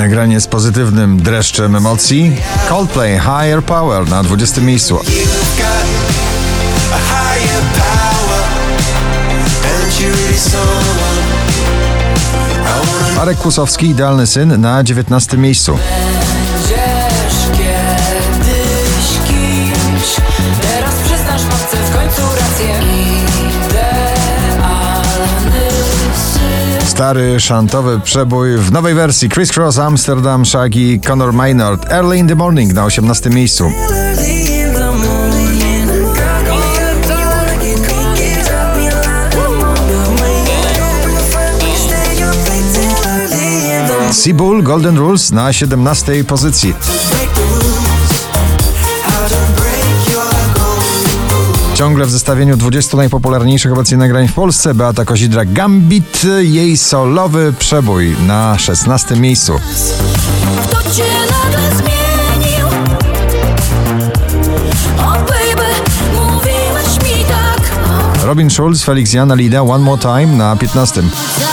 Nagranie z pozytywnym dreszczem emocji. Coldplay, Higher Power na 20. miejscu. Marek Kłusowski, Idealny syn na 19. miejscu. Stary szantowy przebój w nowej wersji. Criss Cross, Amsterdam, Shaggy, Conor Maynard, Early in the Morning na 18. miejscu. Seabull, Golden Rules na 17. pozycji. Ciągle w zestawieniu 20 najpopularniejszych obecnie nagrań w Polsce Beata Kozidra, Gambit, jej solowy przebój na 16. miejscu. Kto cię nagle zmienił? Oh baby, mówiłeś mi tak. Robin Schulz, Felix Jan, Alida, One More Time na 15.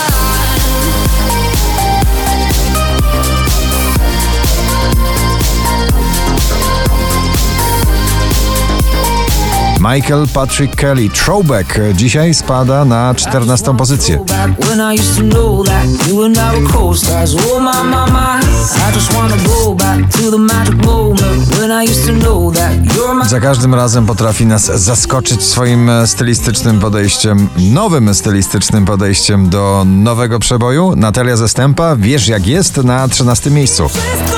Michael Patrick Kelly, Throwback, dzisiaj spada na 14. pozycję. Za każdym razem potrafi nas zaskoczyć swoim stylistycznym podejściem, nowym stylistycznym podejściem do nowego przeboju. Natalia Zastępa, Wiesz jak jest na 13. miejscu.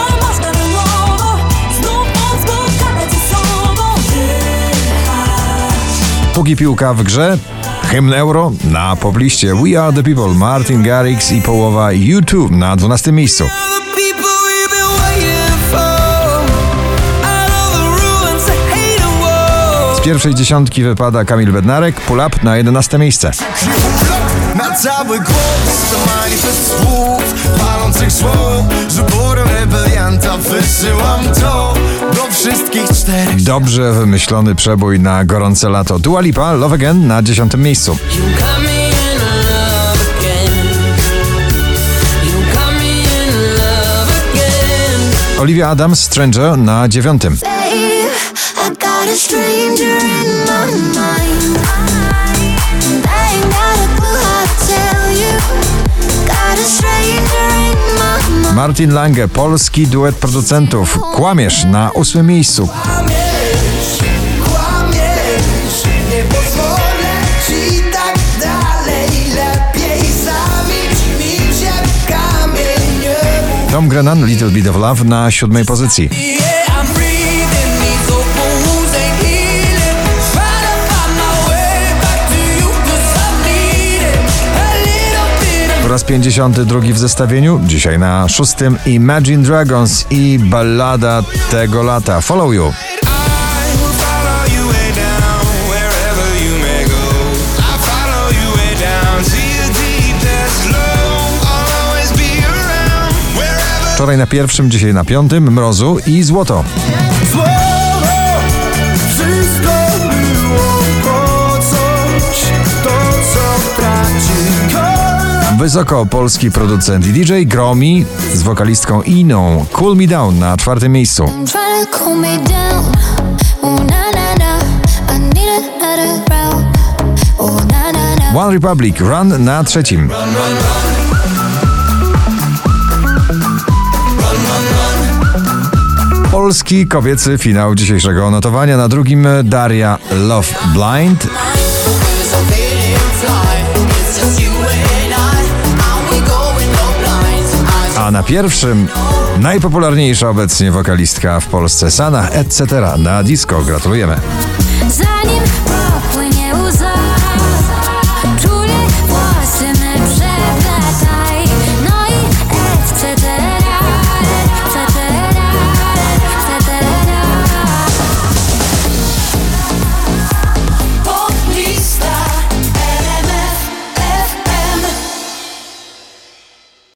Póki piłka w grze, hymn Euro na pobliście. We Are The People, Martin Garrix i połowa U2 na 12. miejscu. Z pierwszej dziesiątki wypada Kamil Bednarek, Pull Up na 11. miejsce. Na cały głos to manifest słów palących słów, że porę rebelianta wysyłam to do wszystkich czterech. Dobrze wymyślony przebój na gorące lato. Dua Lipa, Love Again na 10. miejscu. Olivia Adams, Stranger na 9. Martin Lange, polski duet producentów, Kłamiesz na 8. miejscu. Nie pozwolę ci tak dalej, lepiej zamilcz, milcz jak kamień. Tom Grennan, Little Bit of Love na 7. pozycji. Po raz 52 w zestawieniu, dzisiaj na 6. Imagine Dragons i ballada tego lata, Follow You. Wczoraj na 1., dzisiaj na 5. Mrozu i Złoto. Wysoko polski producent i DJ Gromi z wokalistką Iną, Cool Me Down na 4. miejscu. One Republic, Run na 3. Polski kobiecy finał dzisiejszego notowania. Na 2. Daria, Love Blind. A na 1. najpopularniejsza obecnie wokalistka w Polsce, Sana, etc. na disco. Gratulujemy.